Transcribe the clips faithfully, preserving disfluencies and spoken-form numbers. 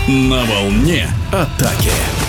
На волне атаки.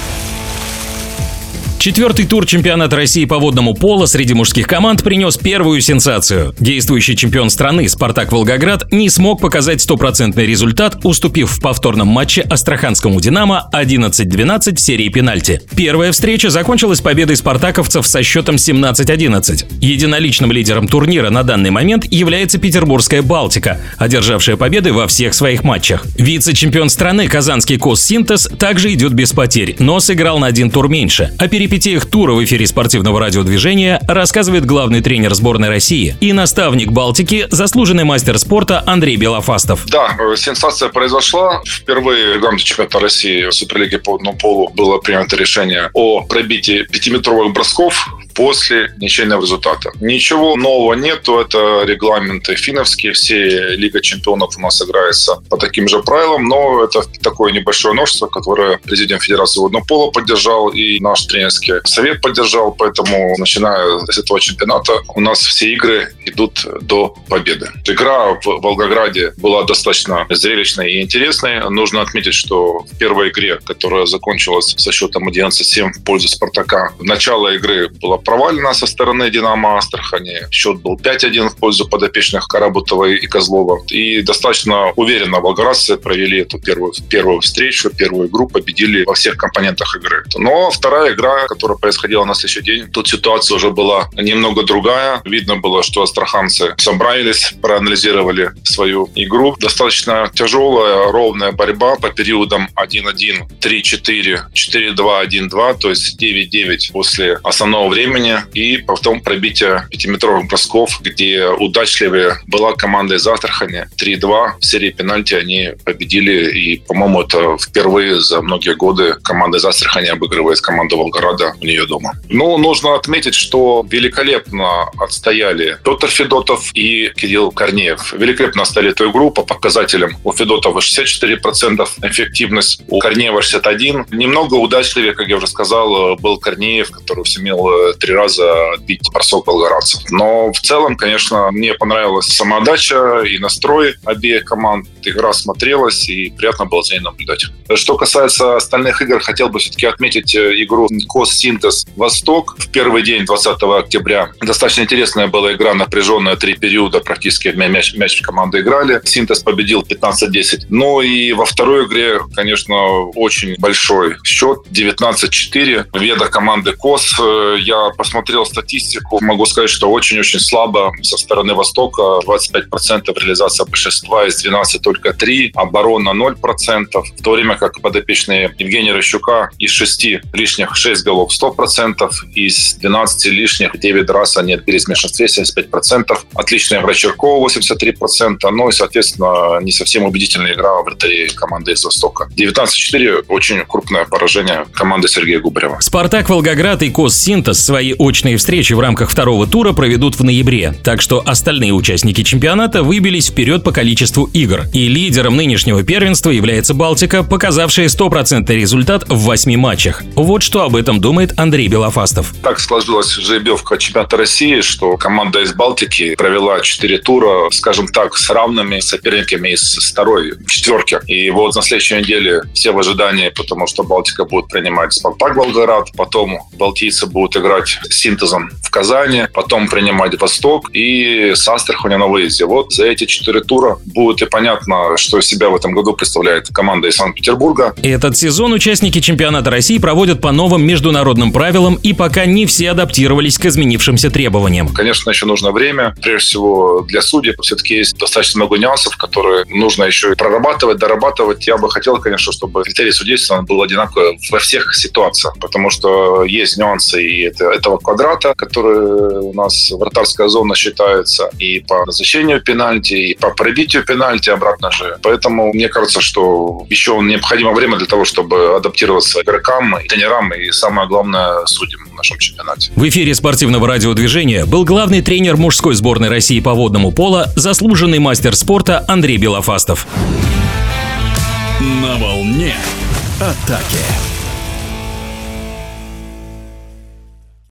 Четвертый тур чемпионата России по водному поло среди мужских команд принес первую сенсацию. Действующий чемпион страны «Спартак Волгоград» не смог показать стопроцентный результат, уступив в повторном матче астраханскому «Динамо» одиннадцать двенадцать в серии пенальти. Первая встреча закончилась победой спартаковцев со счетом семнадцать одиннадцать. Единоличным лидером турнира на данный момент является петербургская «Балтика», одержавшая победы во всех своих матчах. Вице-чемпион страны казанский КОС «Синтез» также идет без потерь, но сыграл на один тур меньше. О перипетиях тура в эфире спортивного радиодвижения рассказывает главный тренер сборной России и наставник «Балтики», заслуженный мастер спорта Андрей Белофастов. Да, сенсация произошла. Впервые в регламенте чемпионата России в Суперлиге по водному полу было принято решение о пробитии пятиметровых бросков после ничейного результата. Ничего нового нету, это регламенты финновские, все Лига чемпионов у нас играется по таким же правилам, но это такое небольшое новшество, которое президент Федерации водного пола поддержал и наш тренерский совет поддержал, поэтому начиная с этого чемпионата у нас все игры идут до победы. Игра в Волгограде была достаточно зрелищной и интересной. Нужно отметить, что в первой игре, которая закончилась со счетом одиннадцать семь в пользу «Спартака», начало игры было провалено со стороны «Динамо» Астрахани. Счет был пять один в пользу подопечных Карабутова и Козлова. И достаточно уверенно волгоградцы провели эту первую, первую встречу, первую игру, победили во всех компонентах игры. Но вторая игра, которая происходила на следующий день, тут ситуация уже была немного другая. Видно было, что астраханцы собрались, проанализировали свою игру. Достаточно тяжелая, ровная борьба по периодам один один, три четыре, четыре два, один два, то есть девять девять после основного времени. И потом пробитие пятиметровых бросков, где удачливее была команда из Астрахани. три два в серии пенальти они победили. И, по-моему, это впервые за многие годы команда из Астрахани обыгрывает команду Волгограда у нее дома. Но нужно отметить, что великолепно отстояли Петр Федотов и Кирилл Корнеев. Великолепно отстояли эту игру по показателям. У Федотова шестьдесят четыре процента эффективность, у Корнеева шестьдесят один процент. Немного удачливее, как я уже сказал, был Корнеев, который сумел три раза отбить бросок волгоградцев. Но в целом, конечно, мне понравилась самоотдача и настрой обеих команд. Игра смотрелась, и приятно было за ней наблюдать. Что касается остальных игр, хотел бы все-таки отметить игру КОС «Синтез Восток». В первый день, двадцатого октября, достаточно интересная была игра, напряженная, три периода, практически мяч, мяч команды играли. «Синтез» победил пятнадцать десять. Ну и во второй игре, конечно, очень большой счет, девятнадцать четыре. Веда команды КОС. Я посмотрел статистику, могу сказать, что очень-очень слабо со стороны Востока. двадцать пять процентов реализация большинства, из двенадцати только три, оборона ноль процентов. В то время как подопечные Евгения Рощука из шести лишних шесть голов сто процентов, из двенадцати лишних девять раз они отбились в меньшинстве семьдесят пять процентов. Отличная игра Черкова восемьдесят три процента, ну и, соответственно, не совсем убедительная игра вратарей команды из Востока. девятнадцать четыре очень крупное поражение команды Сергея Губарева. «Спартак Волгоград» и КОС «Синтез» свои очные встречи в рамках второго тура проведут в ноябре, так что остальные участники чемпионата выбились вперед по количеству игр. И лидером нынешнего первенства является «Балтика», показавшая стопроцентный результат в восьми матчах. Вот что об этом думает Андрей Белофастов. Так сложилась жеребьевка чемпионата России, что команда из «Балтики» провела четыре тура, скажем так, с равными соперниками из второй четверки. И вот на следующей неделе все в ожидании, потому что «Балтика» будет принимать «Спартак Волгоград», потом балтийцы будут играть с «Синтезом» в Казани, потом принимать «Восток» и с Астраханью на выезде. Вот за эти четыре тура будет и понятно, что из себя в этом году представляет команда из Санкт-Петербурга. Этот сезон участники чемпионата России проводят по новым международным правилам, и пока не все адаптировались к изменившимся требованиям. Конечно, еще нужно время. Прежде всего для судей все-таки есть достаточно много нюансов, которые нужно еще и прорабатывать, дорабатывать. Я бы хотел, конечно, чтобы критерий судейства был одинаковый во всех ситуациях, потому что есть нюансы и этого квадрата, который у нас вратарская зона считается, и по назначению пенальти, и по пробитию пенальти обратно же. Поэтому мне кажется, что еще необходимо время для того, чтобы адаптироваться игрокам, тренерам и, самое главное, судьям в нашем чемпионате. В эфире спортивного радиодвижения был главный тренер мужской сборной России по водному поло, заслуженный мастер спорта Андрей Белофастов. На волне атаки.